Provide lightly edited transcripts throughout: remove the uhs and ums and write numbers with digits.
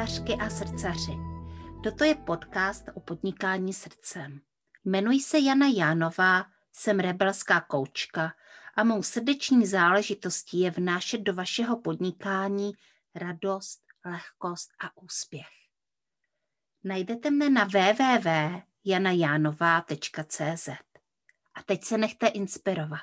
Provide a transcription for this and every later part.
srdcařky a srdcaři. Toto je podcast o podnikání srdcem. Jmenuji se Jana Jánová, jsem rebelská koučka a mou srdeční záležitostí je vnášet do vašeho podnikání radost, lehkost a úspěch. Najdete mne na www.janajanová.cz. A teď se nechte inspirovat.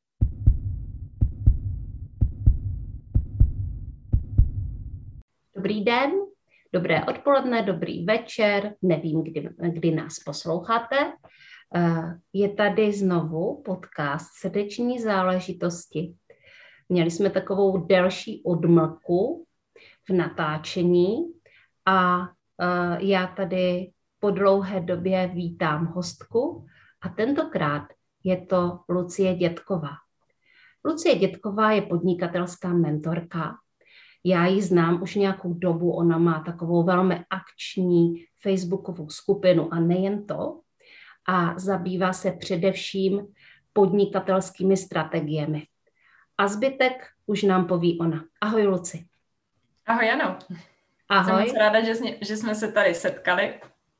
Dobrý den, dobré odpoledne, dobrý večer, nevím, kdy nás posloucháte. Je tady znovu podcast Srdeční záležitosti. Měli jsme takovou delší odmlku v natáčení a já tady po dlouhé době vítám hostku a tentokrát je to Lucie Dětková. Lucie Dětková je podnikatelská mentorka. Já ji znám už nějakou dobu, ona má takovou velmi akční facebookovou skupinu a nejen to. A zabývá se především podnikatelskými strategiemi. A zbytek už nám poví ona. Ahoj, Luci. Ahoj, Jano. Ahoj. Jsem moc ráda, že jsme se tady setkali.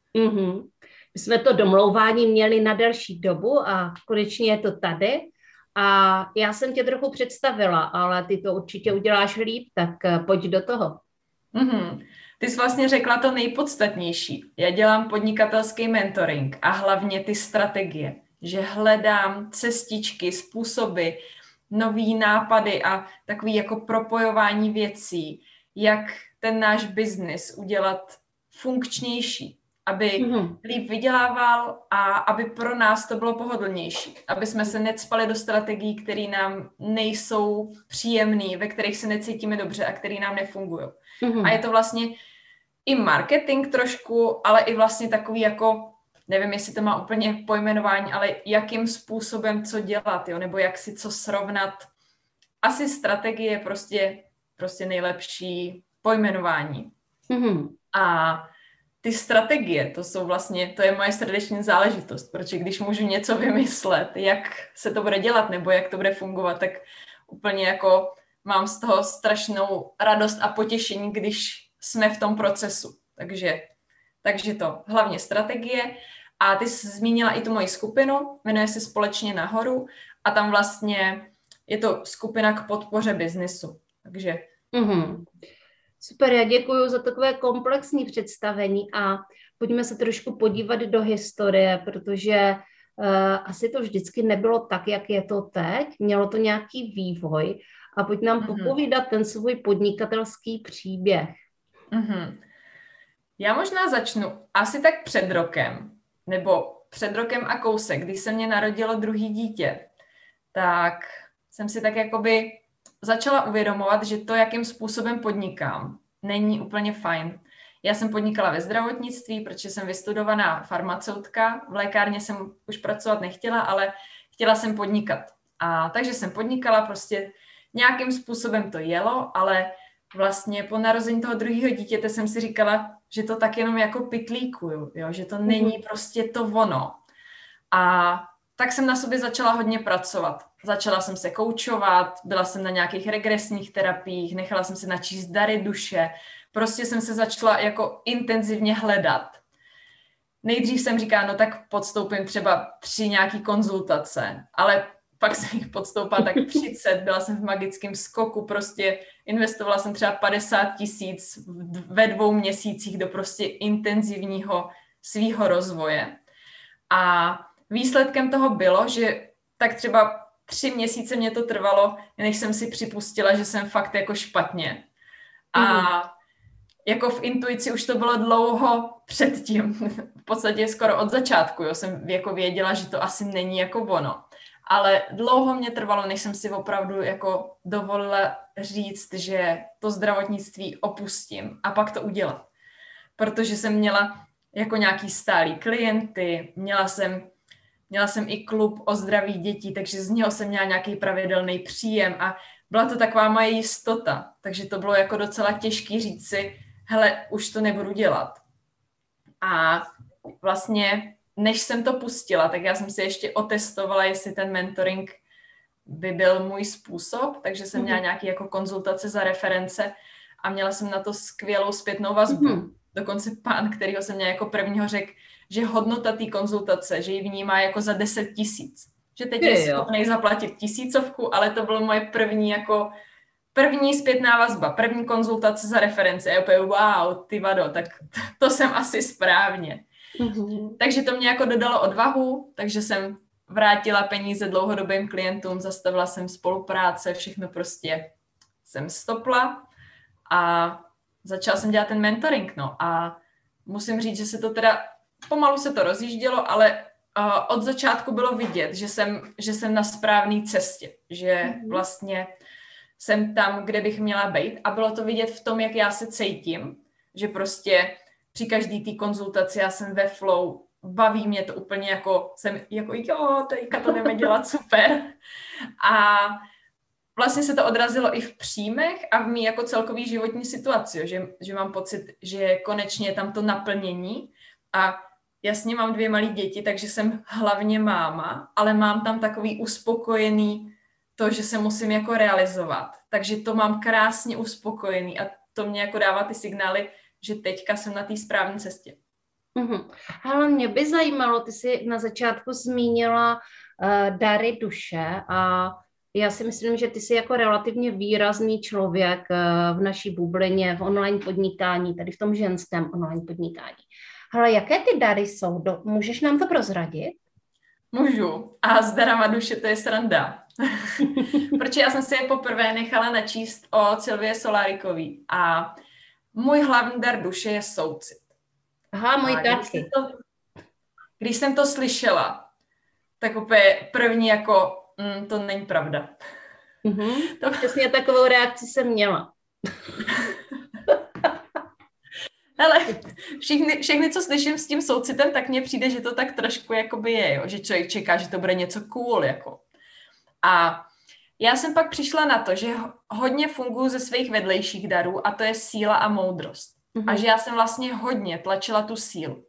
My jsme to domlouvání měli na delší dobu a konečně je to tady. A já jsem tě trochu představila, ale ty to určitě uděláš líp, tak pojď do toho. Ty jsi vlastně řekla to nejpodstatnější. Já dělám podnikatelský mentoring a hlavně ty strategie, že hledám cestičky, způsoby, nový nápady a takový jako propojování věcí, jak ten náš biznis udělat funkčnější, aby líp vydělával a aby pro nás to bylo pohodlnější. Aby jsme se necpali do strategií, které nám nejsou příjemné, ve kterých se necítíme dobře a které nám nefungují. A je to vlastně i marketing trošku, ale i vlastně takový jako, nevím, jestli to má úplně pojmenování, ale jakým způsobem co dělat, jo? Nebo jak si co srovnat. Asi strategie je prostě nejlepší pojmenování. A ty strategie, to je moje srdeční záležitost, protože když můžu něco vymyslet, jak se to bude dělat nebo jak to bude fungovat, tak úplně jako mám z toho strašnou radost a potěšení, když jsme v tom procesu. Takže to hlavně strategie. A ty jsi zmínila i tu moji skupinu, jmenuje se Společně nahoru a tam vlastně je to skupina k podpoře biznisu. Takže... Super, já děkuji za takové komplexní představení a pojďme se trošku podívat do historie, protože asi to vždycky nebylo tak, jak je to teď. Mělo to nějaký vývoj a pojď nám popovídat ten svůj podnikatelský příběh. Já možná začnu asi tak před rokem a kousek, když se mě narodilo druhý dítě, tak jsem si tak jakoby začala uvědomovat, že to, jakým způsobem podnikám, není úplně fajn. Já jsem podnikala ve zdravotnictví, protože jsem vystudovaná farmaceutka. V lékárně jsem už pracovat nechtěla, ale chtěla jsem podnikat. A takže jsem podnikala, prostě nějakým způsobem to jelo, ale vlastně po narození toho druhého dítěte jsem si říkala, že to tak jenom jako pytlíkuju, jo? Že to není prostě to ono. A tak jsem na sobě začala hodně pracovat. Začala jsem se koučovat, byla jsem na nějakých regresních terapiích, nechala jsem si načíst dary duše, prostě jsem se začala jako intenzivně hledat. Nejdřív jsem říkala, no tak podstoupím třeba 3 nějaký konzultace, ale pak jsem jich podstoupila tak 30, byla jsem v magickém skoku, prostě investovala jsem třeba 50 000 ve 2 měsících do prostě intenzivního svýho rozvoje. A výsledkem toho bylo, že tak třeba 3 měsíce mě to trvalo, než jsem si připustila, že jsem fakt jako špatně. A jako v intuici už to bylo dlouho předtím, v podstatě skoro od začátku, jo, jsem jako věděla, že to asi není jako ono. Ale dlouho mě trvalo, než jsem si opravdu jako dovolila říct, že to zdravotnictví opustím a pak to udělat. Protože jsem měla jako nějaký stálý klienty, měla jsem i klub o zdraví dětí, takže z něho jsem měla nějaký pravidelný příjem a byla to taková moje jistota. Takže to bylo jako docela těžký říct si, hele, už to nebudu dělat. A vlastně, než jsem to pustila, tak já jsem si ještě otestovala, jestli ten mentoring by byl můj způsob, takže jsem měla nějaké jako konzultace za reference a měla jsem na to skvělou zpětnou vazbu. Dokonce pán, kterýho jsem měla jako prvního, řekl, že hodnota té konzultace, že ji vnímá jako za 10 000. Že teď je schopný zaplatit 1000, ale to bylo moje první zpětná vazba, první konzultace za reference. A úplně wow, ty vado, tak to jsem asi správně. Takže to mě jako dodalo odvahu, takže jsem vrátila peníze dlouhodobým klientům, zastavila jsem spolupráce, všechno prostě jsem stopla a začala jsem dělat ten mentoring, no. A musím říct, že se to teda, pomalu se to rozjíždělo, ale od začátku bylo vidět, že jsem na správné cestě, že vlastně jsem tam, kde bych měla být a bylo to vidět v tom, jak já se cítím, že prostě při každý té konzultaci já jsem ve flow, baví mě to úplně jako, jo, teďka to jdeme dělat super. A vlastně se to odrazilo i v příjmech a v mý jako celkový životní situaci, že mám pocit, že konečně je tam to naplnění a jasně mám 2 malé děti, takže jsem hlavně máma, ale mám tam takový uspokojený to, že se musím jako realizovat. Takže to mám krásně uspokojený a to mě jako dává ty signály, že teďka jsem na té správné cestě. Ale mě by zajímalo, ty jsi na začátku zmínila dary duše a já si myslím, že ty jsi jako relativně výrazný člověk v naší bublině, v online podnikání, tady v tom ženském online podnikání. Ale jaké ty dary jsou? Můžeš nám to prozradit? Můžu. A s darama duše to je sranda. Protože já jsem si je poprvé nechala načíst o Sylvie Solárikový a můj hlavní dar duše je soucit. Aha, můj taky. Když jsem to slyšela, tak úplně první jako, to není pravda. To přesně takovou reakci jsem měla. Hele, všechny, co slyším s tím soucitem, tak mně přijde, že to tak trošku jakoby je, jo? Že člověk čeká, že to bude něco cool, jako. A já jsem pak přišla na to, že hodně funguji ze svých vedlejších darů a to je síla a moudrost. A že já jsem vlastně hodně tlačila tu sílu.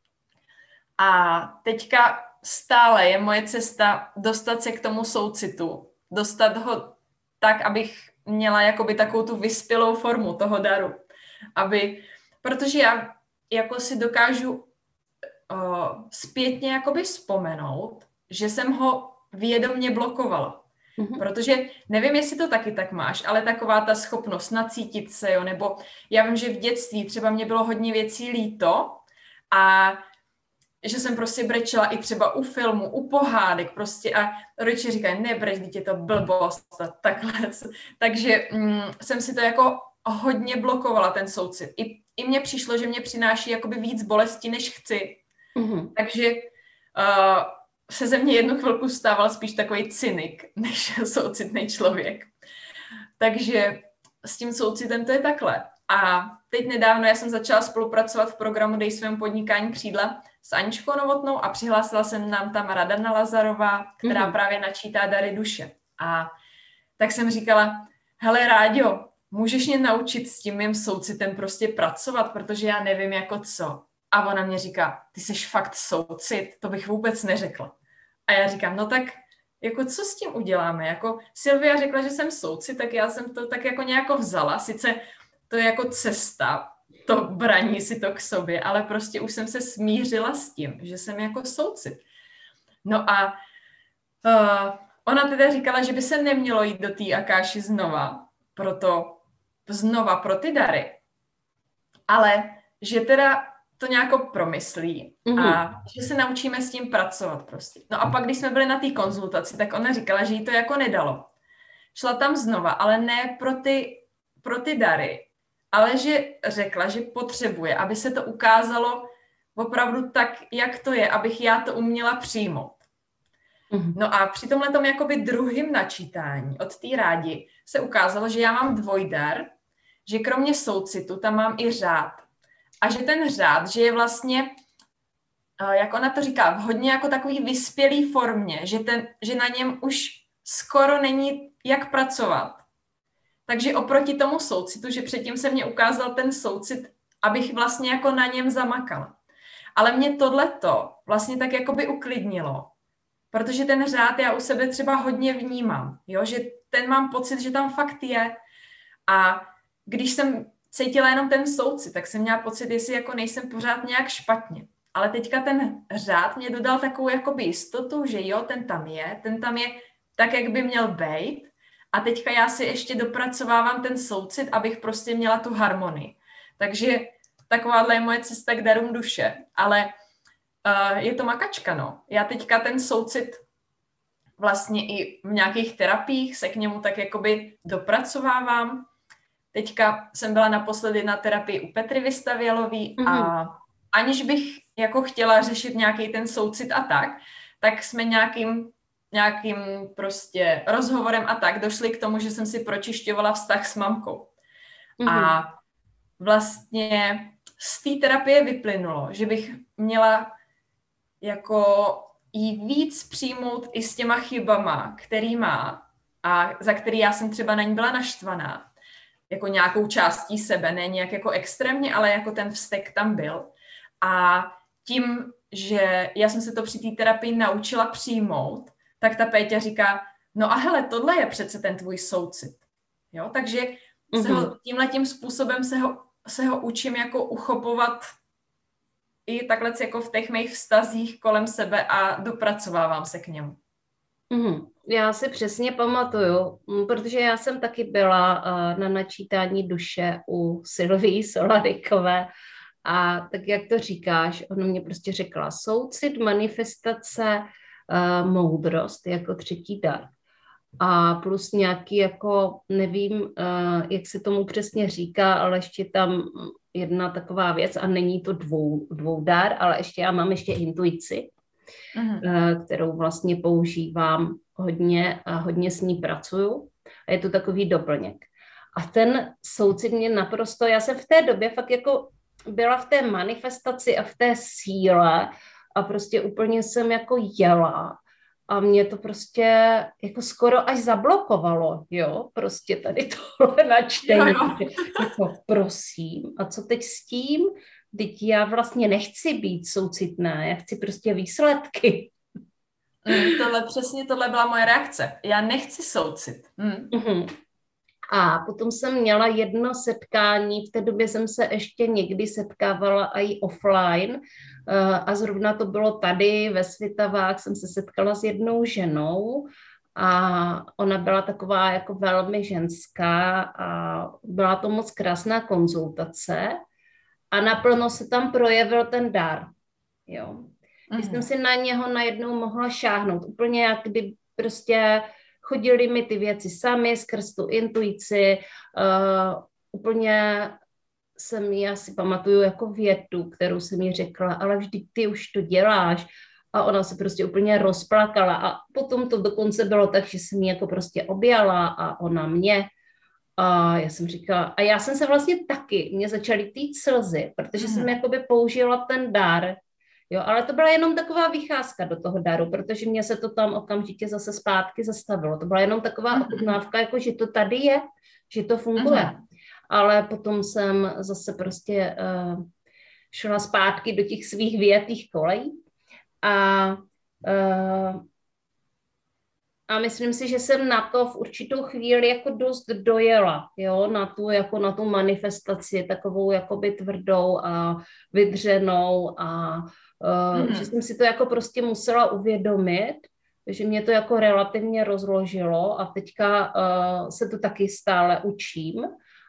A teďka stále je moje cesta dostat se k tomu soucitu, dostat ho tak, abych měla jakoby takovou tu vyspělou formu toho daru. Protože já jako si dokážu zpětně jakoby vzpomenout, že jsem ho vědomně blokovala. Protože nevím, jestli to taky tak máš, ale taková ta schopnost nacítit se, jo, nebo já vím, že v dětství třeba mě bylo hodně věcí líto a že jsem prostě brečela i třeba u filmu, u pohádek prostě a rodiče říkají, nebreč, dítě, je to blbost a takhle. Takže jsem si to jako hodně blokovala, ten soucit. I mně přišlo, že mě přináší jakoby víc bolesti, než chci. Takže se ze mě jednu chvilku stával spíš takový cynik, než soucitný člověk. Takže s tím soucitem to je takhle. A teď nedávno já jsem začala spolupracovat v programu Dej svému podnikání křídla s Aničkou Novotnou a přihlásila jsem nám tam Radana Lazarová, která právě načítá dary duše. A tak jsem říkala, hele Ráďo, můžeš mě naučit s tím mým soucitem prostě pracovat, protože já nevím jako co. A ona mě říká, ty jsi fakt soucit, to bych vůbec neřekla. A já říkám, no tak jako co s tím uděláme? Jako Sylvia řekla, že jsem soucit, tak já jsem to tak jako nějak vzala. Sice to je jako cesta, to braní si to k sobě, ale prostě už jsem se smířila s tím, že jsem jako soucit. No a ona teda říkala, že by se nemělo jít do té Akáši znova pro ty dary, ale že teda to nějak promyslí a že se naučíme s tím pracovat prostě. No a pak, když jsme byli na té konzultaci, tak ona říkala, že jí to jako nedalo. Šla tam znova, ale ne pro ty dary, ale že řekla, že potřebuje, aby se to ukázalo opravdu tak, jak to je, abych já to uměla přijmout. No a při tomhletom jakoby druhým načítání od té Rádi se ukázalo, že já mám dvojdar, že kromě soucitu tam mám i řád. A že ten řád, že je vlastně, jak ona to říká, v hodně jako takový vyspělý formě, že na něm už skoro není jak pracovat. Takže oproti tomu soucitu, že předtím se mně ukázal ten soucit, abych vlastně jako na něm zamakala. Ale mě tohleto vlastně tak jakoby uklidnilo, protože ten řád já u sebe třeba hodně vnímám, jo? Že ten mám pocit, že tam fakt je. A když jsem cítila jenom ten soucit, tak jsem měla pocit, jestli jako nejsem pořád nějak špatně. Ale teďka ten řád mě dodal takovou jakoby jistotu, že jo, ten tam je tak, jak by měl být. A teďka já si ještě dopracovávám ten soucit, abych prostě měla tu harmonii. Takže takováhle je moje cesta k darům duše. Ale je to makačka, no. Já teďka ten soucit vlastně i v nějakých terapiích se k němu tak jakoby dopracovávám. Teďka jsem byla naposledy na terapii u Petry Vystavělový a aniž bych jako chtěla řešit nějaký ten soucit a tak jsme nějakým prostě rozhovorem a tak došli k tomu, že jsem si pročišťovala vztah s mamkou. A vlastně z té terapie vyplynulo, že bych měla jako jí víc přijmout i s těma chybama, který má a za který já jsem třeba na ní byla naštvaná, jako nějakou částí sebe, ne nějak jako extrémně, ale jako ten vztek tam byl. A tím, že já jsem se to při té terapii naučila přijmout, tak ta Péťa říká, no a hele, tohle je přece ten tvůj soucit. Jo? Takže tímhletím způsobem se ho učím jako uchopovat i takhle jako v těch mých vztazích kolem sebe a dopracovávám se k němu. Já si přesně pamatuju, protože já jsem taky byla na načítání duše u Silvii Solarikové a tak, jak to říkáš, ona mě prostě řekla soucit, manifestace, moudrost jako třetí dar. A plus nějaký jako, nevím, jak se tomu přesně říká, ale ještě tam jedna taková věc a není to dvoudar, ale ještě já mám ještě intuici, kterou vlastně používám hodně a hodně s ní pracuju a je to takový doplněk. A ten soucit mě naprosto, já jsem v té době fakt jako byla v té manifestaci a v té síle a prostě úplně jsem jako jela a mě to prostě jako skoro až zablokovalo, jo, prostě tady tohle načtení. Jako prosím, a co teď s tím? Teď já vlastně nechci být soucitná, já chci prostě výsledky. Tohle byla moje reakce. Já nechci soucit. A potom jsem měla jedno setkání, v té době jsem se ještě někdy setkávala i offline a zrovna to bylo tady ve Svitavách, jsem se setkala s jednou ženou a ona byla taková jako velmi ženská a byla to moc krásná konzultace a naplno se tam projevil ten dar, jo. Když jsem si na něho najednou mohla šáhnout, úplně jak kdy prostě chodily mi ty věci sami skrz tu intuici, úplně já si pamatuju jako větu, kterou jsem jí řekla, ale vždyť ty už to děláš a ona se prostě úplně rozplakala a potom to dokonce bylo tak, že jsem ji jako prostě objala a ona mě a já jsem říkala, a já jsem se vlastně taky, mě začaly tít slzy, protože jsem jakoby použila ten dar. Jo, ale to byla jenom taková vycházka do toho daru, protože mě se to tam okamžitě zase zpátky zastavilo. To byla jenom taková ochutnávka, jako že to tady je, že to funguje. Ale potom jsem zase prostě šla zpátky do těch svých vyjetých kolejí a myslím si, že jsem na to v určitou chvíli jako dost dojela, jo, na tu manifestaci takovou jakoby tvrdou a vydřenou a že jsem si to jako prostě musela uvědomit, že mě to jako relativně rozložilo a teďka se to taky stále učím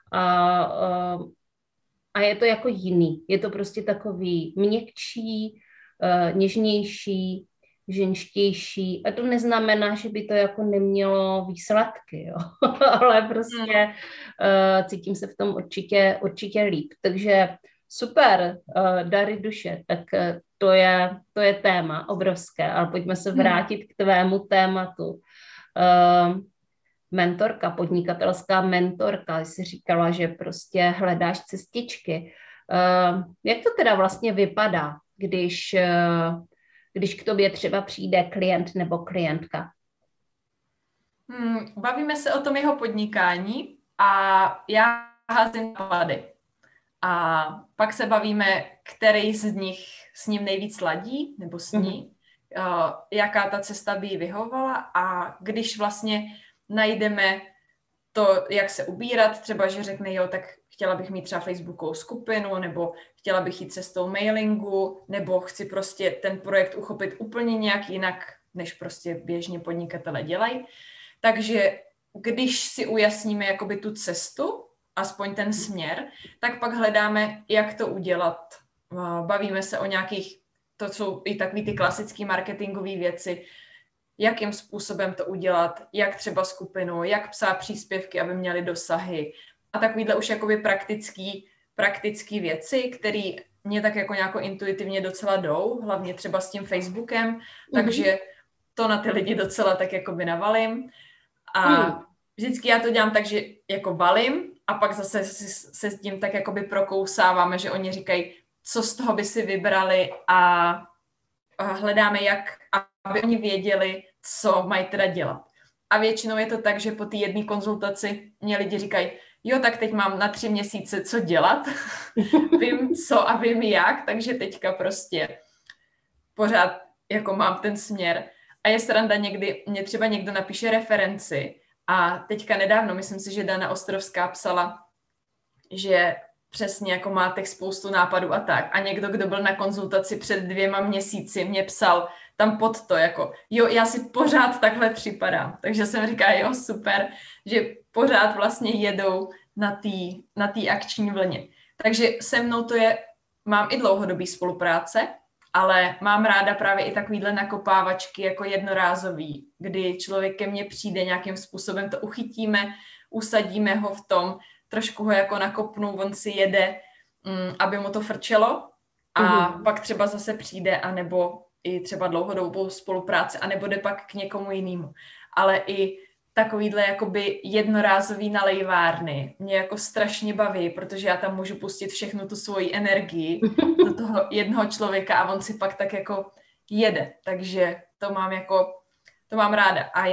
a je to jako jiný. Je to prostě takový měkčí, něžnější, ženštější. A to neznamená, že by to jako nemělo výsledky, jo. Ale prostě cítím se v tom určitě líp. Takže super, dary duše, tak to je téma obrovské, ale pojďme se vrátit k tvému tématu. Mentorka, podnikatelská mentorka, jsi říkala, že prostě hledáš cestičky. Jak to teda vlastně vypadá, když k tobě třeba přijde klient nebo klientka? Bavíme se o tom jeho podnikání a já házím nápady. A pak se bavíme, který z nich s ním nejvíc ladí, nebo s ní, jaká ta cesta by jí vyhovovala a když vlastně najdeme to, jak se ubírat, třeba, že řekne, jo, tak chtěla bych mít třeba facebookovou skupinu, nebo chtěla bych jít cestou mailingu, nebo chci prostě ten projekt uchopit úplně nějak jinak, než prostě běžně podnikatele dělají. Takže když si ujasníme jakoby tu cestu, aspoň ten směr, tak pak hledáme, jak to udělat. Bavíme se o nějakých, to jsou i takový ty klasické marketingové věci, jakým způsobem to udělat, jak třeba skupinu, jak psát příspěvky, aby měly dosahy a takovýhle už jakoby praktický věci, které mě tak jako nějak intuitivně docela jdou, hlavně třeba s tím Facebookem, takže to na ty lidi docela tak jakoby navalím. A vždycky já to dělám tak, že jako valím a pak zase se s tím tak jakoby prokousáváme, že oni říkají, co z toho by si vybrali a hledáme, jak, aby oni věděli, co mají teda dělat. A většinou je to tak, že po té jedné konzultaci mě lidi říkají, jo, tak teď mám na 3 měsíce co dělat, vím co a vím jak, takže teďka prostě pořád jako mám ten směr. A je sranda někdy, mě třeba někdo napíše referenci a teďka nedávno, myslím si, že Dana Ostrovská psala, že přesně jako máte spoustu nápadů a tak. A někdo, kdo byl na konzultaci před 2 měsíci, mě psal tam pod to, jako jo, já si pořád takhle připadám. Takže jsem říkala, jo, super, že pořád vlastně jedou na té akční vlně. Takže se mnou to je, mám i dlouhodobý spolupráce, ale mám ráda právě i takovýhle nakopávačky jako jednorázový, kdy člověk ke mně přijde, nějakým způsobem to uchytíme, usadíme ho v tom, trošku ho jako nakopnu, on si jede, aby mu to frčelo a pak třeba zase přijde, anebo i třeba dlouhodobou spolupráci, anebo jde pak k někomu jinému. Ale i takovýhle jakoby jednorázový nalejvárny mě jako strašně baví, protože já tam můžu pustit všechnu tu svoji energii do toho jednoho člověka a on si pak tak jako jede. Takže to mám ráda. A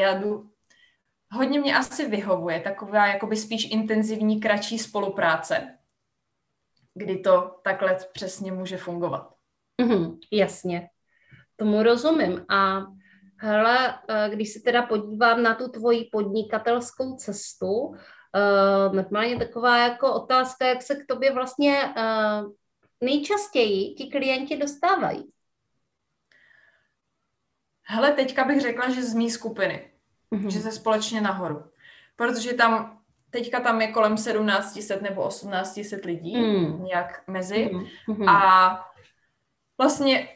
hodně mě asi vyhovuje taková jakoby spíš intenzivní, kratší spolupráce, kdy to takhle přesně může fungovat. Jasně, tomu rozumím. A hele, když se teda podívám na tu tvoji podnikatelskou cestu, normálně taková jako otázka, jak se k tobě vlastně nejčastěji ti klienti dostávají? Hele, teďka bych řekla, že z mý skupiny. Že se společně nahoru. Protože teďka tam je kolem 1700 nebo 1800 lidí, nějak mezi. A vlastně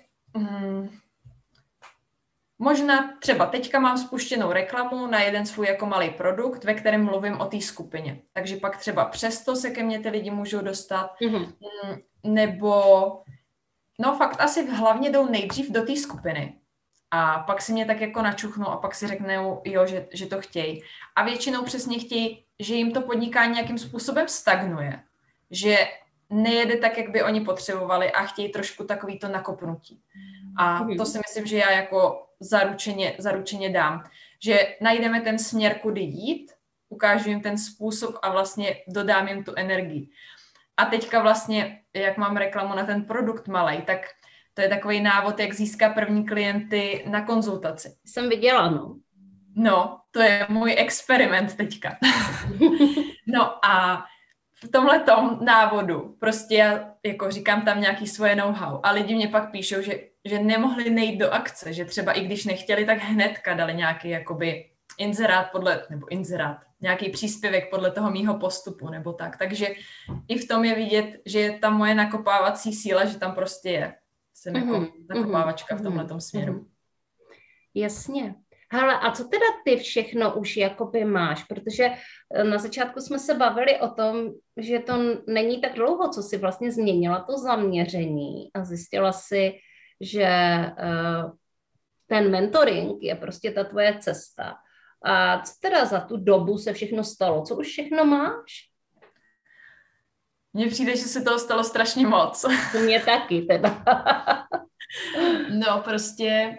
možná třeba teďka mám spuštěnou reklamu na jeden svůj jako malý produkt, ve kterém mluvím o té skupině. Takže pak třeba přesto se ke mně ty lidi můžou dostat. Nebo no fakt asi hlavně jdou nejdřív do té skupiny. A pak si mě tak jako načuchnou a pak si řeknou, jo, že to chtějí. A většinou přesně chtějí, že jim to podnikání nějakým způsobem stagnuje. Že nejede tak, jak by oni potřebovali a chtějí trošku takový to nakopnutí. A to si myslím, že já jako zaručeně dám. Že najdeme ten směr, kudy jít, ukážu jim ten způsob a vlastně dodám jim tu energii. A teďka vlastně, jak mám reklamu na ten produkt malej, tak to je takový návod, jak získat první klienty na konzultaci. Jsem viděla, no. No, to je můj experiment teďka. No a v tomhletom návodu prostě já jako říkám tam nějaký svoje know-how a lidi mě pak píšou, že nemohli nejít do akce, že třeba i když nechtěli, tak hnedka dali nějaký jakoby inzerát, nějaký příspěvek podle toho mýho postupu nebo tak. Takže i v tom je vidět, že je ta moje nakopávací síla, že tam prostě je. Jsem jako nakopávačka v tomhletom směru. Jasně. Hele, a co teda ty všechno už jakoby máš? Protože na začátku jsme se bavili o tom, že to není tak dlouho, co jsi vlastně změnila to zaměření a zjistila si, že ten mentoring je prostě ta tvoje cesta. A co teda za tu dobu se všechno stalo? Co už všechno máš? Mně přijde, že se toho stalo strašně moc. Mně taky teda. No prostě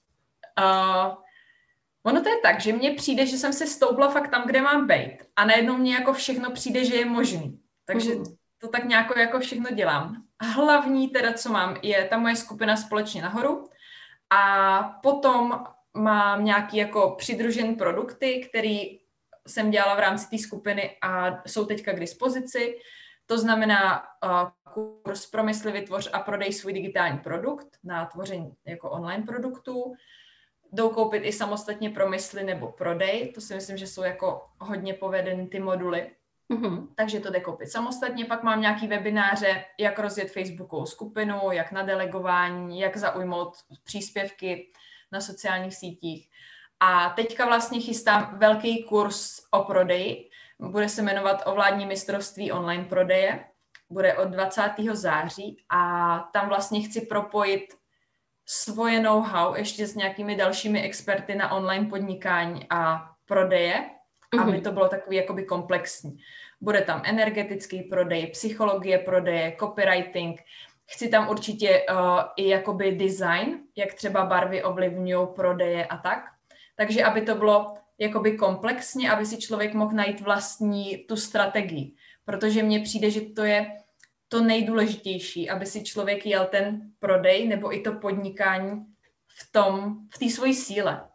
ono to je tak, že mně přijde, že jsem se stoupla fakt tam, kde mám být. A najednou mně jako všechno přijde, že je možný. Takže to tak nějak jako všechno dělám. Hlavní teda, co mám, je ta moje skupina Společně nahoru. A potom mám nějaký jako přidružený produkty, který jsem dělala v rámci té skupiny a jsou teďka k dispozici. To znamená kurz Promysli, vytvoř a prodej svůj digitální produkt na tvoření jako online produktů. Jdou koupit i samostatně Promysli nebo prodej. To si myslím, že jsou jako hodně povedený ty moduly. Takže to jde koupit samostatně. Pak mám nějaký webináře, jak rozjet Facebookovou skupinu, jak na delegování, jak zaujmout příspěvky na sociálních sítích. A teďka vlastně chystám velký kurz o prodeji. Bude se jmenovat Ovládni mistrovství online prodeje. Bude od 20. září a tam vlastně chci propojit svoje know-how ještě s nějakými dalšími experty na online podnikání a prodeje, aby to bylo takový jakoby komplexní. Bude tam energetický prodej, psychologie prodeje, copywriting. Chci tam určitě i jakoby design, jak třeba barvy ovlivňují prodeje a tak. Takže aby to bylo jakoby komplexně, aby si člověk mohl najít vlastní tu strategii. Protože mně přijde, že to je to nejdůležitější, aby si člověk jel ten prodej nebo i to podnikání v té svojí síle.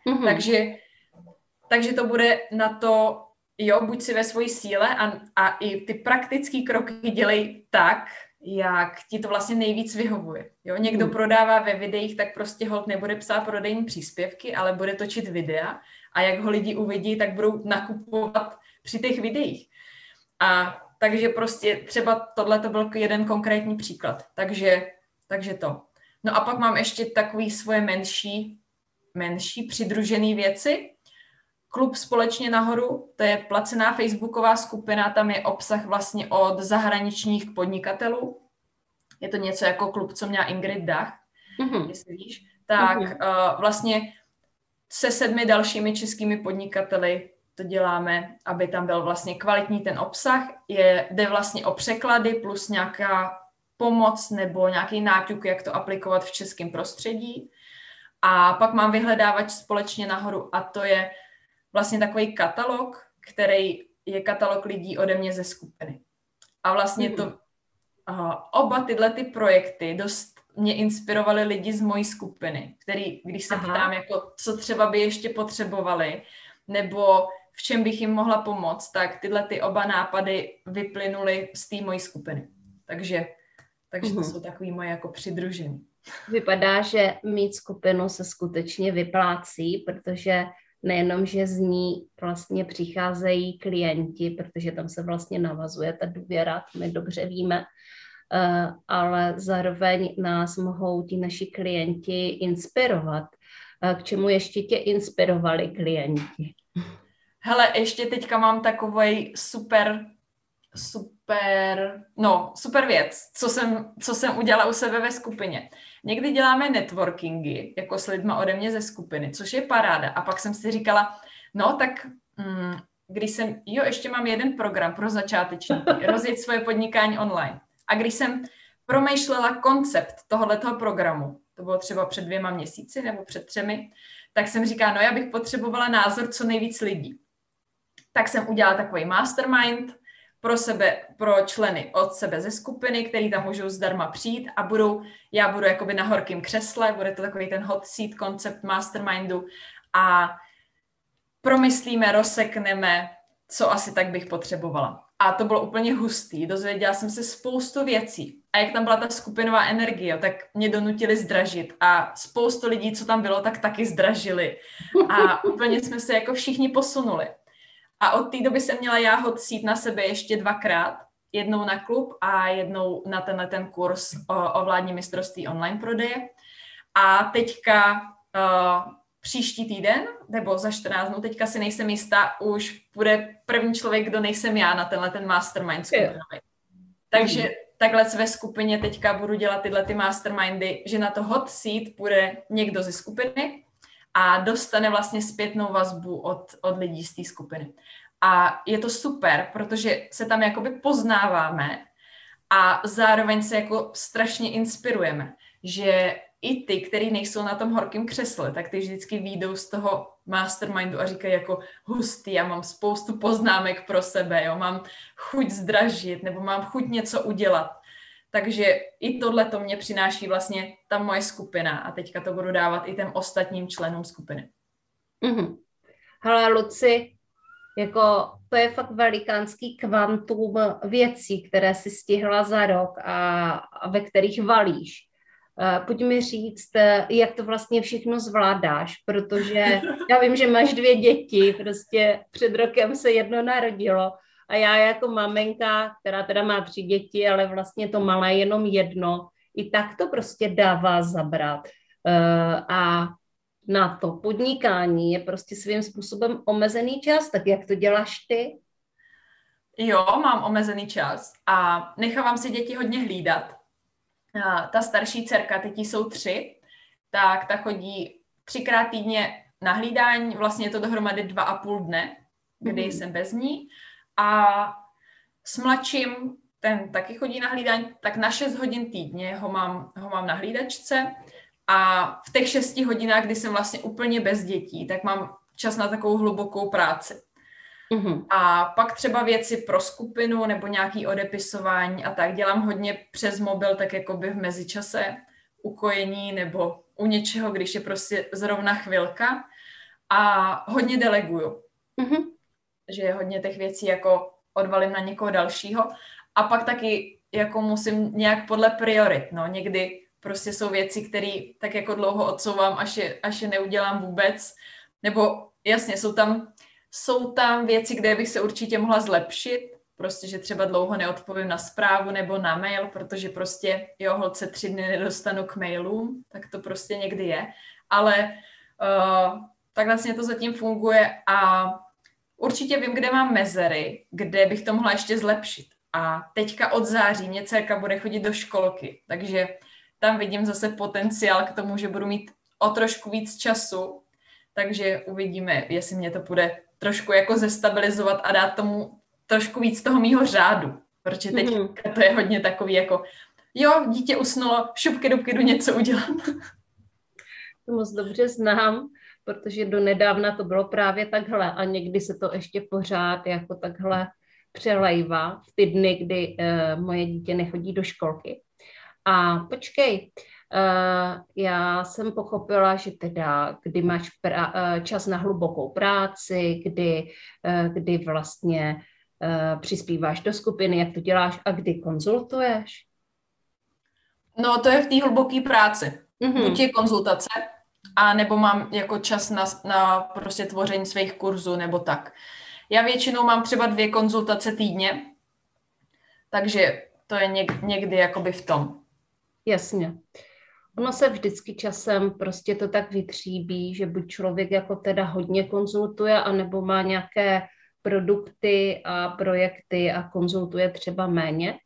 Takže to bude na to, jo, buď si ve svojí síle a i ty praktické kroky dělej tak, jak ti to vlastně nejvíc vyhovuje. Jo, někdo prodává ve videích, tak prostě holt nebude psát prodejní příspěvky, ale bude točit videa a jak ho lidi uvidí, tak budou nakupovat při těch videích. A takže prostě třeba tohle to byl jeden konkrétní příklad. Takže to. No a pak mám ještě takový svoje menší přidružené věci. Klub Společně nahoru, to je placená facebooková skupina, tam je obsah vlastně od zahraničních podnikatelů. Je to něco jako klub, co měla Ingrid Dach, jestli víš. Tak vlastně se 7 dalšími českými podnikateli to děláme, aby tam byl vlastně kvalitní ten obsah. Jde vlastně o překlady plus nějaká pomoc nebo nějaký náťuk, jak to aplikovat v českém prostředí. A pak mám vyhledávač Společně nahoru a to je vlastně takový katalog, který je katalog lidí ode mě ze skupiny. A vlastně oba tyhle ty projekty dost mě inspirovaly lidi z mojí skupiny, který, když se ptám, jako, co třeba by ještě potřebovali, nebo v čem bych jim mohla pomoct, tak tyhle ty oba nápady vyplynuly z té mojí skupiny. Takže to jsou takový moje jako přidružení. Vypadá, že mít skupinu se skutečně vyplácí, protože nejenom, že z ní vlastně přicházejí klienti, protože tam se vlastně navazuje ta důvěra, my dobře víme, ale zároveň nás mohou ti naši klienti inspirovat. K čemu ještě tě inspirovali klienti? Hele, ještě teďka mám takovej super věc, co jsem udělala u sebe ve skupině. Někdy děláme networkingy, jako s lidma ode mě ze skupiny, což je paráda. A pak jsem si říkala, no tak ještě mám jeden program pro začátečníky, rozjet svoje podnikání online. A když jsem promýšlela koncept tohoto programu, to bylo třeba před 2 měsíci nebo před 3, tak jsem říkala, no já bych potřebovala názor co nejvíc lidí. Tak jsem udělala takový mastermind pro členy od sebe ze skupiny, který tam můžou zdarma přijít a já budu jakoby na horkém křesle, bude to takový ten hot seat koncept mastermindu a promyslíme, rozsekneme, co asi tak bych potřebovala. A to bylo úplně hustý, dozvěděla jsem se spoustu věcí. A jak tam byla ta skupinová energie, tak mě donutili zdražit. A spoustu lidí, co tam bylo, tak taky zdražili. A úplně jsme se jako všichni posunuli. A od té doby jsem měla já hot seat na sebe ještě 2krát. Jednou na klub a jednou na ten kurz o ovládní mistrovství online prodeje. A teďka příští týden, nebo za 14 dnů, teďka si nejsem jistá, už bude první člověk, kdo nejsem já na ten mastermind skupinový. Takže takhle ve skupině teďka budu dělat tyhle ty mastermindy, že na to hot seat půjde někdo ze skupiny a dostane vlastně zpětnou vazbu od lidí z té skupiny. A je to super, protože se tam jakoby poznáváme a zároveň se jako strašně inspirujeme, že i ty, který nejsou na tom horkém křesle, tak ty vždycky vyjdou z toho mastermindu a říkají jako hustý, já mám spoustu poznámek pro sebe, jo, mám chuť zdražit nebo mám chuť něco udělat. Takže i tohle to mě přináší vlastně ta moje skupina a teďka to budu dávat i těm ostatním členům skupiny. Hele, Luci, Jako to je fakt velikánský kvantum věcí, které si stihla za rok a ve kterých valíš. Pojď mi říct, jak to vlastně všechno zvládáš, protože já vím, že máš 2 děti, prostě před rokem se jedno narodilo a já jako maminka, která teda má 3 děti, ale vlastně to malé jenom jedno, i tak to prostě dává zabrat. A na to podnikání je prostě svým způsobem omezený čas, tak jak to děláš ty? Jo, mám omezený čas a nechávám si děti hodně hlídat. Ta starší dcerka, teď jsou 3, tak ta chodí 3krát týdně na hlídání, vlastně je to dohromady 2,5 dne, kdy jsem bez ní. A s mladším, ten taky chodí na hlídání, tak na 6 hodin týdně ho mám na hlídačce. A v těch 6 hodinách, kdy jsem vlastně úplně bez dětí, tak mám čas na takovou hlubokou práci. A pak třeba věci pro skupinu nebo nějaký odepisování a tak dělám hodně přes mobil, tak jakoby v mezičase, ukojení nebo u něčeho, když je prostě zrovna chvilka. A hodně deleguju. Že hodně těch věcí jako odvalím na někoho dalšího. A pak taky jako musím nějak podle priorit. No, někdy prostě jsou věci, které tak jako dlouho odsouvám, až je neudělám vůbec. Nebo jasně, jsou tam věci, kde bych se určitě mohla zlepšit. Prostě, že třeba dlouho neodpovím na zprávu nebo na mail, protože prostě holce 3 dny nedostanu k mailům, tak to prostě někdy je. Ale tak vlastně to zatím funguje a určitě vím, kde mám mezery, kde bych to mohla ještě zlepšit. A teďka od září mě dcerka bude chodit do školky, takže tam vidím zase potenciál k tomu, že budu mít o trošku víc času, takže uvidíme, jestli mě to bude trošku jako zestabilizovat a dát tomu trošku víc toho mýho řádu, protože teď to je hodně takový jako jo, dítě usnulo, šupky dubky, jdu něco udělat. To moc dobře znám, protože donedávna to bylo právě takhle a někdy se to ještě pořád jako takhle přelejvá v ty dny, kdy moje dítě nechodí do školky. A počkej, já jsem pochopila, že teda, kdy máš čas na hlubokou práci, kdy vlastně přispíváš do skupiny, jak to děláš a kdy konzultuješ? No to je v té hluboké práci. Buď je konzultace, a nebo mám jako čas na prostě tvoření svých kurzů nebo tak. Já většinou mám třeba 2 konzultace týdně, takže to je někdy jakoby v tom. Jasně. Ono se vždycky časem prostě to tak vytříbí, že buď člověk jako teda hodně konzultuje, anebo má nějaké produkty a projekty a konzultuje třeba méně.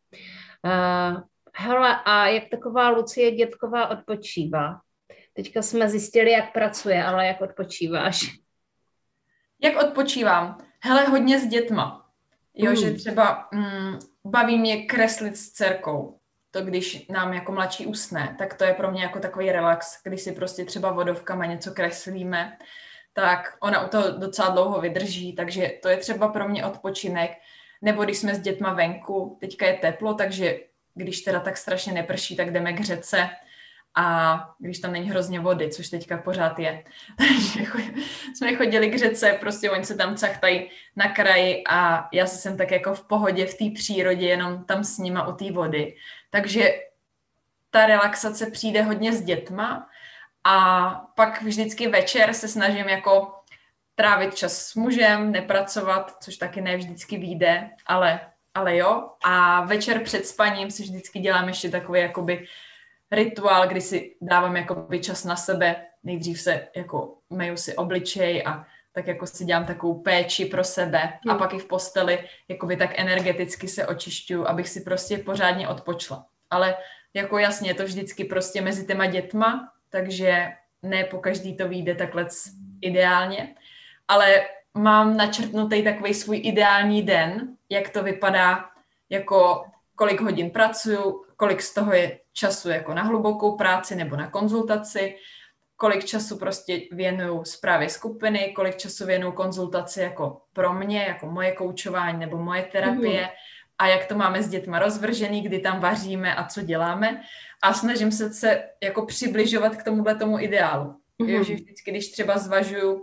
Hele, a jak taková Lucie Dětková odpočívá? Teďka jsme zjistili, jak pracuje, ale jak odpočíváš? Jak odpočívám? Hele, hodně s dětma. Jo, že třeba baví mě kreslit s dcerkou. To, když nám jako mladší usne, tak to je pro mě jako takový relax, když si prostě třeba vodovkama něco kreslíme, tak ona u toho docela dlouho vydrží, takže to je třeba pro mě odpočinek. Nebo když jsme s dětma venku, teďka je teplo, takže když teda tak strašně neprší, tak jdeme k řece a když tam není hrozně vody, což teďka pořád je. Takže jsme chodili k řece, prostě oni se tam cachtají na kraji a já jsem tak jako v pohodě v té přírodě, jenom tam s nima u té vody. Takže ta relaxace přijde hodně s dětma a pak vždycky večer se snažím jako trávit čas s mužem, nepracovat, což taky ne vždycky vyjde, ale jo. A večer před spaním si vždycky dělám ještě takový jakoby rituál, kdy si dávám jakoby čas na sebe. Nejdřív se jako myju si obličej a tak jako si dělám takovou péči pro sebe a pak i v posteli jakoby tak energeticky se očišťuju, abych si prostě pořádně odpočla. Ale jako jasně, je to vždycky prostě mezi těma dětma, takže ne po každý to vyjde takhle ideálně, ale mám načrtnutý takový svůj ideální den, jak to vypadá, jako kolik hodin pracuju, kolik z toho je času jako na hlubokou práci nebo na konzultaci, kolik času prostě věnuju správě skupiny, kolik času věnuju konzultaci jako pro mě, jako moje koučování nebo moje terapie a jak to máme s dětma rozvržený, kdy tam vaříme a co děláme a snažím se jako přibližovat k tomu ideálu. Jo, že vždycky, když třeba zvažuju,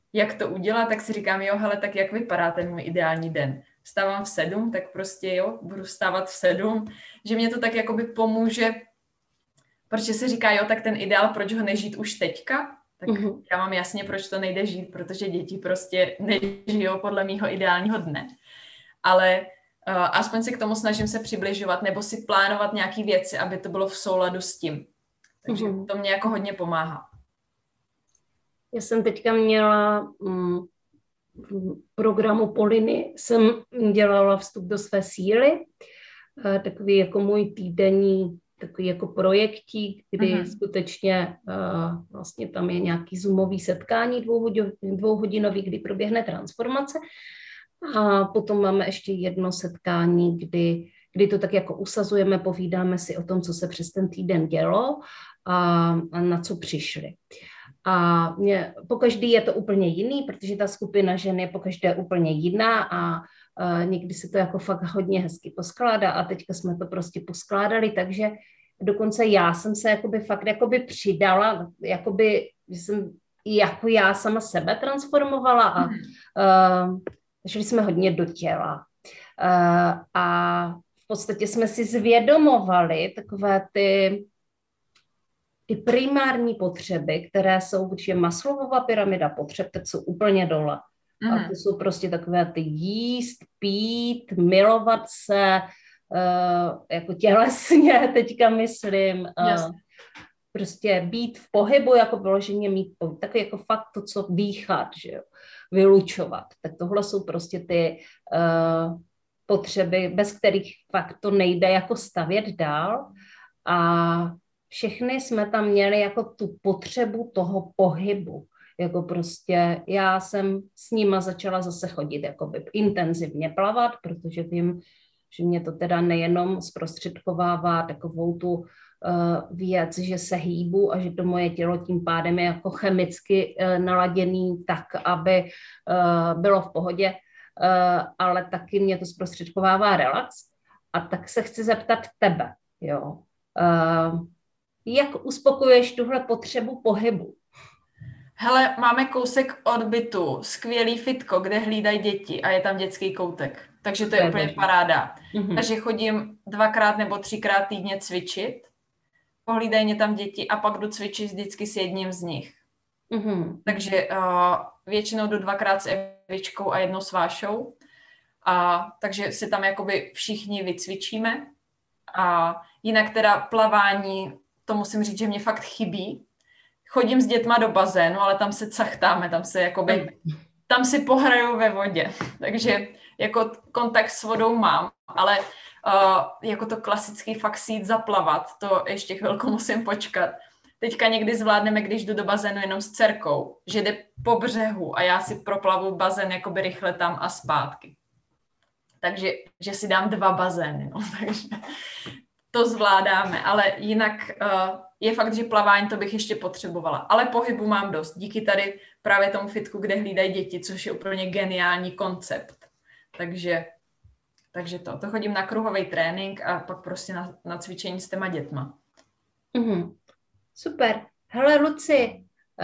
jak to udělat, tak si říkám, jo, hele, tak jak vypadá ten můj ideální den? Vstávám v 7, tak prostě jo, budu vstávat v 7, že mě to tak jakoby pomůže, protože se říká, jo, tak ten ideál, proč ho nežít už teďka? Tak já mám jasně, proč to nejde žít, protože děti prostě nežijou podle mýho ideálního dne. Ale aspoň se k tomu snažím se přibližovat nebo si plánovat nějaké věci, aby to bylo v souladu s tím. Takže to mě jako hodně pomáhá. Já jsem teďka měla v programu Poliny, jsem dělala vstup do své síly, takový jako můj týdenní takový jako projektík, kdy skutečně vlastně tam je nějaký zoomový setkání dvouhodinový, kdy proběhne transformace. A potom máme ještě jedno setkání, kdy to tak jako usazujeme, povídáme si o tom, co se přes ten týden dělo a na co přišli. A pokaždý je to úplně jiný, protože ta skupina žen je pokaždé úplně jiná a někdy se to jako fakt hodně hezky poskládá a teďka jsme to prostě poskládali, takže dokonce já jsem se fakt přidala, jsem jako já sama sebe transformovala a šli jsme hodně do těla. A v podstatě jsme si zvědomovali takové ty primární potřeby, které jsou, když je Maslowova pyramida potřeb, tak jsou úplně dole. A to jsou prostě takové ty jíst, pít, milovat se, jako tělesně teďka myslím, prostě být v pohybu, jako vyloženě mít taky jako fakt to, co dýchat, že jo, vylučovat. Tak tohle jsou prostě ty potřeby, bez kterých fakt to nejde jako stavět dál a všechny jsme tam měli jako tu potřebu toho pohybu. Jako prostě já jsem s nima začala zase chodit jakoby intenzivně plavat, protože vím, že mě to teda nejenom zprostředkovává takovou tu věc, že se hýbu a že to moje tělo tím pádem je jako chemicky naladěný tak, aby bylo v pohodě, ale taky mě to zprostředkovává relax. A tak se chci zeptat tebe, jo. Jak uspokojuješ tuhle potřebu pohybu? Hele, máme kousek od bytu, skvělý fitko, kde hlídají děti a je tam dětský koutek. Takže to je úplně paráda. Takže chodím 2x nebo 3x týdně cvičit, pohlídají mě tam děti a pak jdu cvičit vždycky s jedním z nich. Takže většinou jdu 2x s Evičkou a jednou s Vášou. Takže si tam jakoby všichni vycvičíme. A jinak teda plavání, to musím říct, že mě fakt chybí. Chodím s dětma do bazénu, ale tam se cachtáme, tam si pohraju ve vodě. Takže jako kontakt s vodou mám, ale jako to klasický fakt si jít zaplavat, to ještě chvilku musím počkat. Teďka někdy zvládneme, když jdu do bazénu jenom s dcerkou, že jde po břehu a já si proplavu bazén jakoby rychle tam a zpátky. Takže že si dám 2 bazény, no, takže to zvládáme, ale jinak je fakt, že plavání to bych ještě potřebovala. Ale pohybu mám dost, díky tady právě tomu fitku, kde hlídají děti, což je úplně geniální koncept. Takže to chodím na kruhový trénink a pak prostě na cvičení s těma dětma. Super. Hele, Luci,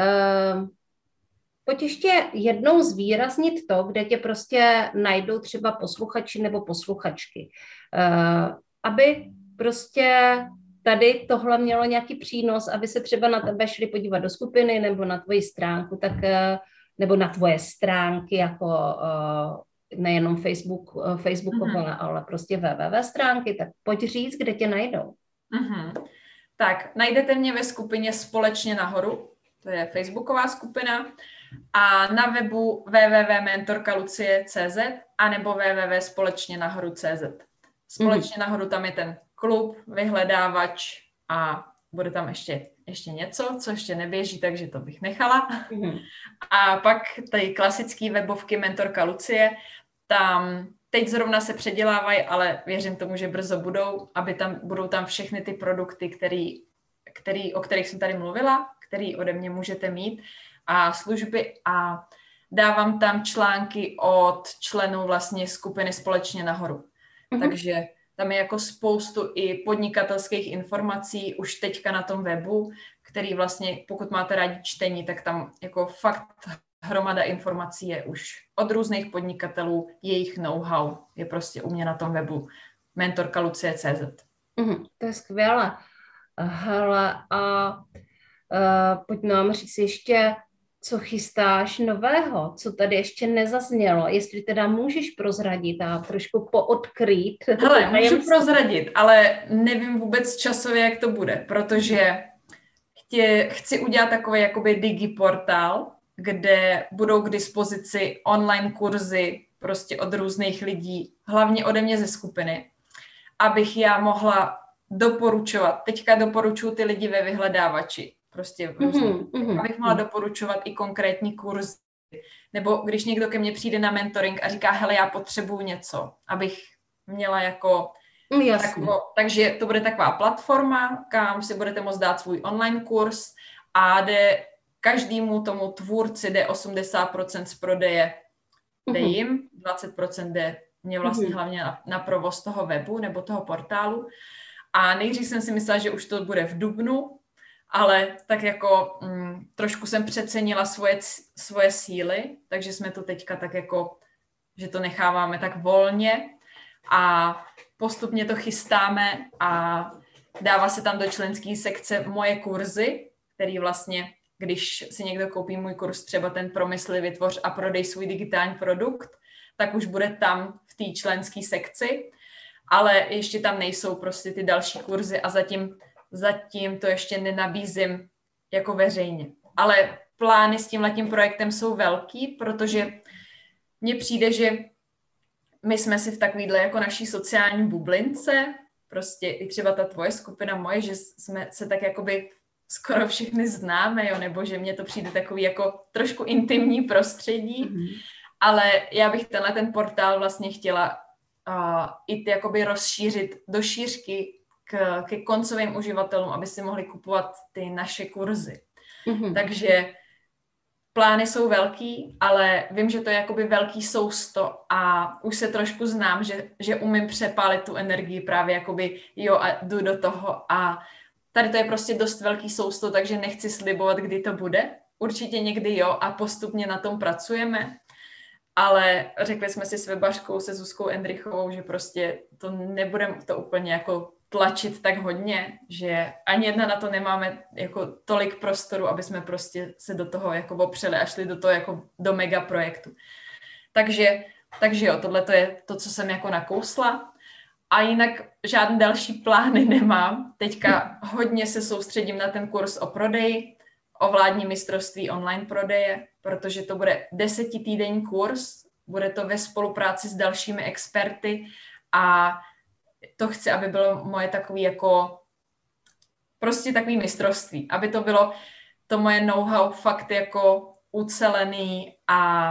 pojď ještě jednou zvýraznit to, kde tě prostě najdou třeba posluchači nebo posluchačky. Aby prostě tady tohle mělo nějaký přínos, aby se třeba na tebe šli podívat do skupiny nebo na tvoji stránku, tak, nebo na tvoje stránky, jako nejenom Facebookové, ale prostě www stránky, tak pojď říct, kde tě najdou. Tak, najdete mě ve skupině Společně nahoru, to je facebooková skupina, a na webu www.mentorkalucie.cz anebo www.společněnahoru.cz. Společně nahoru tam je ten klub, vyhledávač a bude tam ještě něco, co ještě neběží, takže to bych nechala. A pak ty klasické webovky Mentorka Lucie, tam teď zrovna se předělávají, ale věřím tomu, že brzo budou tam všechny ty produkty, o kterých jsem tady mluvila, který ode mě můžete mít a služby a dávám tam články od členů vlastně skupiny Společně nahoru. Takže tam je jako spoustu i podnikatelských informací už teďka na tom webu, který vlastně, pokud máte rádi čtení, tak tam jako fakt hromada informací je už od různých podnikatelů, jejich know-how je prostě u mě na tom webu mentorkalucie.cz. To je skvělé. Hele, a pojď nám říct ještě, co chystáš nového, co tady ještě nezaznělo, jestli teda můžeš prozradit a trošku poodkrýt. Hele, můžu prozradit, ale nevím vůbec časově, jak to bude, protože chci udělat takový jakoby digiportál, kde budou k dispozici online kurzy prostě od různých lidí, hlavně ode mě ze skupiny, abych já mohla doporučovat. Teďka doporučuji ty lidi ve vyhledávači, prostě abych mohla doporučovat i konkrétní kurzy. Nebo když někdo ke mně přijde na mentoring a říká, hele, já potřebuju něco, abych měla jako... Takže to bude taková platforma, kam si budete moct dát svůj online kurz a každému tomu tvůrci jde 80% z prodeje, jde jim, 20% jde mě vlastně hlavně na provoz toho webu nebo toho portálu. A nejdřív jsem si myslela, že už to bude v dubnu, ale tak jako trošku jsem přecenila svoje síly, takže jsme to teďka tak jako, že to necháváme tak volně a postupně to chystáme a dává se tam do členské sekce moje kurzy, který vlastně, když si někdo koupí můj kurz, třeba ten Promysli, vytvoř a prodej svůj digitální produkt, tak už bude tam v té členské sekci, ale ještě tam nejsou prostě ty další kurzy a zatím to ještě nenabízím jako veřejně. Ale plány s tímhletím projektem jsou velký, protože mně přijde, že my jsme si v takovýhle jako naší sociální bublince, prostě i třeba ta tvoje skupina moje, že jsme se tak jakoby skoro všechny známe, jo, nebo že mně to přijde takový jako trošku intimní prostředí, ale já bych ten portál vlastně chtěla i jakoby rozšířit do šířky ke koncovým uživatelům, aby si mohli kupovat ty naše kurzy. Takže plány jsou velký, ale vím, že to je jakoby velký sousto a už se trošku znám, že umím přepálit tu energii právě jakoby jo a jdu do toho a tady to je prostě dost velký sousto, takže nechci slibovat, kdy to bude. Určitě někdy jo a postupně na tom pracujeme, ale řekli jsme si s webařkou, se Zuzkou Endrichovou, že prostě to nebudeme to úplně jako tlačit tak hodně, že ani jedna na to nemáme jako tolik prostoru, aby jsme prostě se do toho jako opřeli a šli do toho jako do mega projektu. Takže jo, tohle to je to, co jsem jako nakousla. A jinak žádné další plány nemám. Teďka hodně se soustředím na ten kurz o prodeji, o vládní mistrovství online prodeje, protože to bude 10týdenní kurz, bude to ve spolupráci s dalšími experty a to chci, aby bylo moje takový jako prostě takový mistrovství, aby to bylo to moje know-how fakt jako ucelený a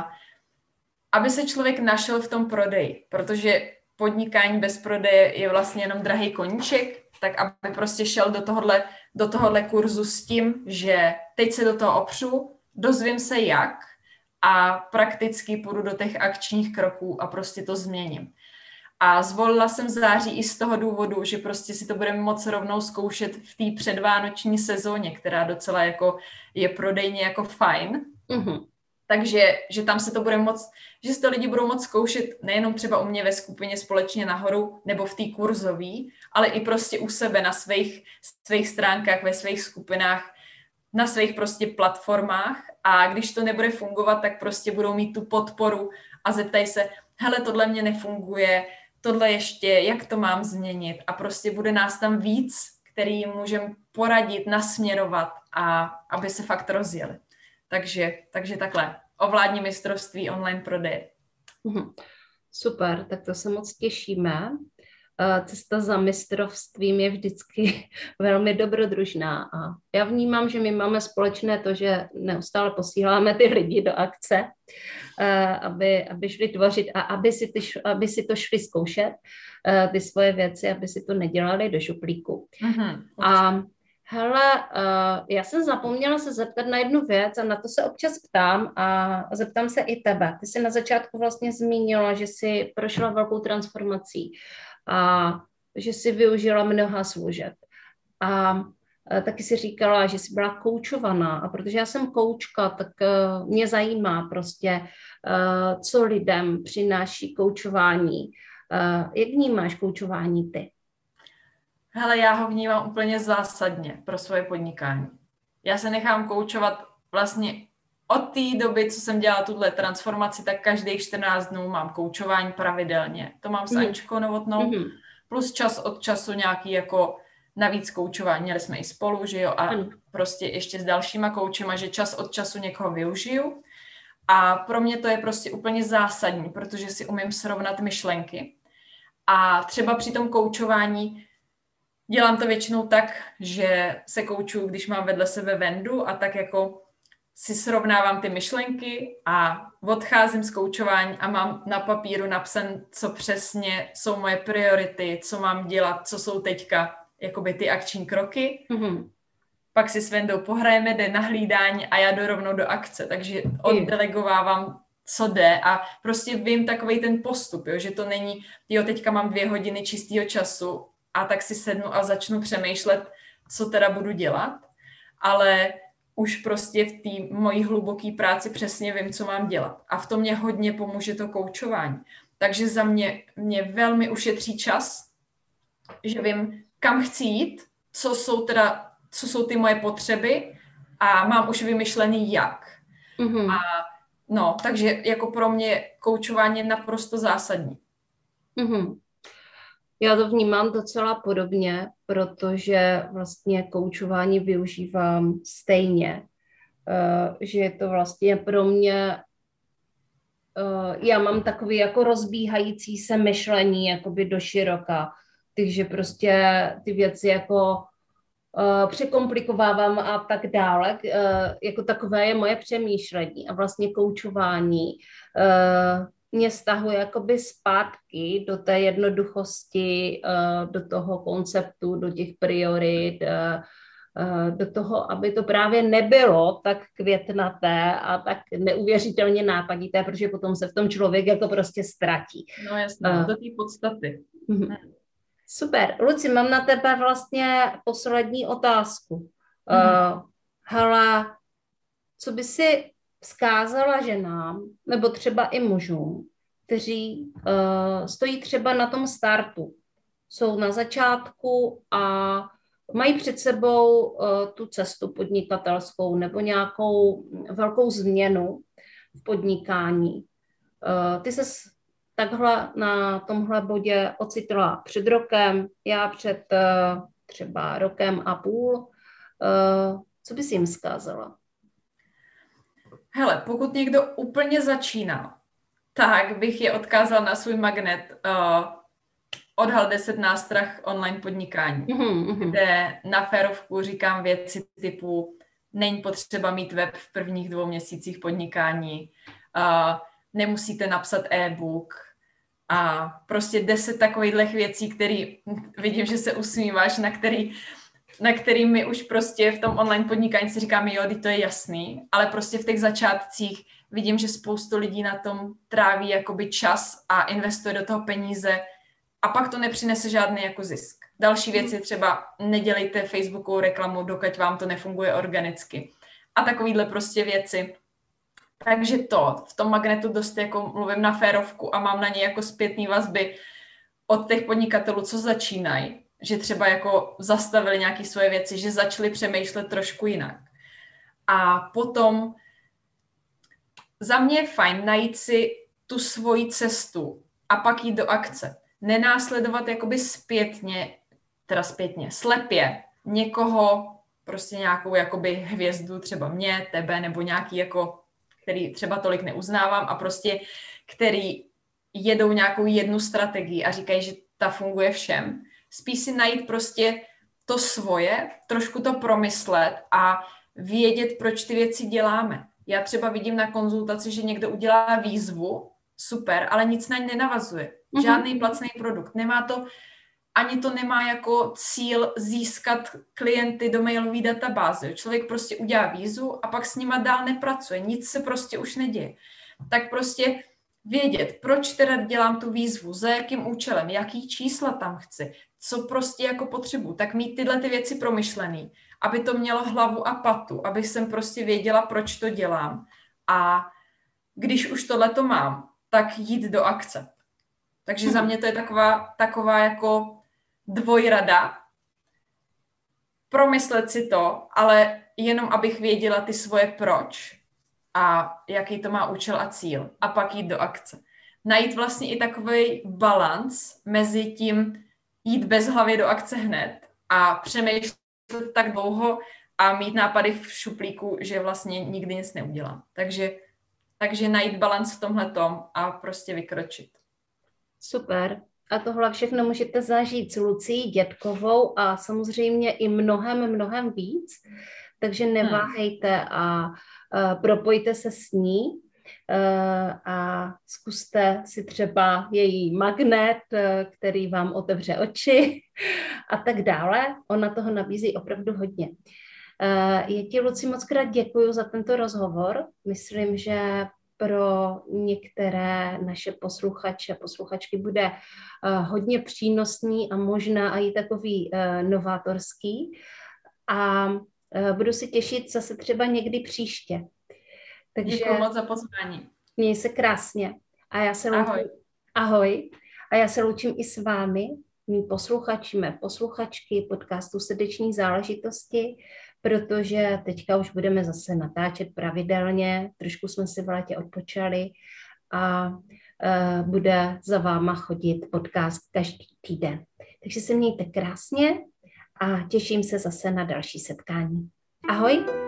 aby se člověk našel v tom prodeji, protože podnikání bez prodeje je vlastně jenom drahý koníček, tak aby prostě šel do tohohle kurzu s tím, že teď se do toho opřu, dozvím se jak a prakticky půjdu do těch akčních kroků a prostě to změním. A zvolila jsem září i z toho důvodu, že prostě si to budeme moc rovnou zkoušet v té předvánoční sezóně, která docela jako je prodejně jako fajn. Takže že tam se to bude moc, že si to lidi budou moc zkoušet nejenom třeba u mě ve skupině Společně nahoru nebo v té kurzový, ale i prostě u sebe na svých stránkách, ve svých skupinách, na svých prostě platformách a když to nebude fungovat, tak prostě budou mít tu podporu a zeptají se, hele, tohle mě nefunguje, tohle ještě, jak to mám změnit a prostě bude nás tam víc, který můžeme poradit, nasměrovat a aby se fakt rozjeli. Takže takhle. O vládní mistrovství online prodeje. Super, tak to se moc těšíme. Cesta za mistrovstvím je vždycky velmi dobrodružná a já vnímám, že my máme společné to, že neustále posíláme ty lidi do akce, aby šli tvořit a aby si to šli zkoušet, ty svoje věci, aby si to nedělali do šuplíku. A hele, já jsem zapomněla se zeptat na jednu věc a na to se občas ptám a zeptám se i tebe. Ty jsi na začátku vlastně zmínila, že jsi prošla velkou transformací a že jsi využila mnoha služeb. A taky si říkala, že jsi byla koučovaná a protože já jsem koučka, tak mě zajímá prostě, co lidem přináší koučování. Jak vnímáš koučování ty? Hele, já ho vnímám úplně zásadně pro svoje podnikání. Já se nechám koučovat vlastně od té doby, co jsem dělala tuhle transformaci, tak každých 14 dnů mám koučování pravidelně. To mám s Aničkou Novotnou, plus čas od času nějaký jako navíc koučování. Měli jsme i spolu, že jo, a prostě ještě s dalšíma koučema, že čas od času někoho využiju. A pro mě to je prostě úplně zásadní, protože si umím srovnat myšlenky. A třeba při tom koučování dělám to většinou tak, že se koučuju, když mám vedle sebe Vendu a tak jako si srovnávám ty myšlenky a odcházím z koučování a mám na papíru napsané, co přesně jsou moje priority, co mám dělat, co jsou teďka jakoby ty akční kroky. Pak si s Vendou pohrajeme, jde na hlídání a já jdu rovnou do akce, takže oddelegovávám, co jde a prostě vím takovej ten postup, jo, že to není, teďka mám 2 hodiny čistého času a tak si sednu a začnu přemýšlet, co teda budu dělat, ale už prostě v té mojí hluboké práci přesně vím, co mám dělat. A v tom mě hodně pomůže to koučování. Takže za mě velmi ušetří čas, že vím, kam chci jít, co jsou ty moje potřeby a mám už vymyšlený jak. A no, takže jako pro mě koučování je naprosto zásadní. Já to vnímám docela podobně, protože vlastně koučování využívám stejně, že je to vlastně pro mě, já mám takový jako rozbíhající se myšlení jakoby do široka, takže prostě ty věci jako překomplikovávám a tak dále, jako takové je moje přemýšlení a vlastně koučování mě stahuje jakoby zpátky do té jednoduchosti, do toho konceptu, do těch priorit, do toho, aby to právě nebylo tak květnaté a tak neuvěřitelně nápadité, protože potom se v tom člověk jako prostě ztratí. No jasně, do té podstaty. Super. Luci, mám na tebe vlastně poslední otázku. Hele, co by si vzkázala ženám, nebo třeba i mužům, kteří stojí třeba na tom startu, jsou na začátku a mají před sebou tu cestu podnikatelskou nebo nějakou velkou změnu v podnikání. Ty ses takhle na tomhle bodě ocitla před rokem, já před třeba 1,5 roku. Co bys jim vzkázala? Hele, pokud někdo úplně začíná, tak bych je odkázal na svůj magnet Odhal 10 nástrah online podnikání, kde na férovku říkám věci typu není potřeba mít web v prvních 2 měsících podnikání, nemusíte napsat e-book a prostě 10 takových věcí, které vidím, že se usmíváš, na který my už prostě v tom online podnikání si říkáme, jo, to je jasný, ale prostě v těch začátcích vidím, že spoustu lidí na tom tráví jakoby čas a investuje do toho peníze a pak to nepřinese žádný jako zisk. Další věc je třeba nedělejte Facebookovou reklamu, dokud vám to nefunguje organicky. A takovýhle prostě věci. Takže v tom magnetu dost jako mluvím na férovku a mám na ně jako zpětný vazby od těch podnikatelů, co začínají, že třeba jako zastavili nějaké svoje věci, že začali přemýšlet trošku jinak. A potom za mě je fajn najít si tu svoji cestu a pak jít do akce. Nenásledovat jakoby slepě někoho, prostě nějakou jakoby hvězdu, třeba mě, tebe, nebo nějaký jako, který třeba tolik neuznávám a prostě, který jedou nějakou jednu strategii a říkají, že ta funguje všem. Spíš si najít prostě to svoje, trošku to promyslet a vědět, proč ty věci děláme. Já třeba vidím na konzultaci, že někdo udělá výzvu, super, ale nic na ně nenavazuje. Žádný placený produkt. Ani to nemá jako cíl získat klienty do mailové databáze. Člověk prostě udělá výzvu a pak s nima dál nepracuje. Nic se prostě už neděje. Tak prostě vědět, proč teda dělám tu výzvu, za jakým účelem, jaký čísla tam chci, co prostě jako potřebuji, tak mít tyhle ty věci promyšlený, aby to mělo hlavu a patu, aby jsem prostě věděla, proč to dělám. A když už tohleto mám, tak jít do akce. Takže za mě to je taková jako dvojrada. Promyslet si to, ale jenom abych věděla ty svoje proč a jaký to má účel a cíl. A pak jít do akce. Najít vlastně i takový balans mezi tím jít bezhlavě do akce hned a přemýšlet tak dlouho a mít nápady v šuplíku, že vlastně nikdy nic neudělám. Takže najít balans v tomhletom a prostě vykročit. Super. A tohle všechno můžete zažít s Lucí Dětkovou a samozřejmě i mnohem víc. Takže neváhejte a propojte se s ní a zkuste si třeba její magnet, který vám otevře oči a tak dále. Ona toho nabízí opravdu hodně. Já ti, Luci, moc krát děkuju za tento rozhovor. Myslím, že pro některé naše posluchačky bude hodně přínosný a možná i takový novátorský. A budu se těšit zase třeba někdy příště. Takže děkuji moc za pozvání. Měj se krásně. A já se Ahoj. Ahoj. A já se loučím i s vámi, mý posluchačky podcastu Srdeční záležitosti, protože teďka už budeme zase natáčet pravidelně, trošku jsme si v létě odpočali a bude za váma chodit podcast každý týden. Takže se mějte krásně a těším se zase na další setkání. Ahoj!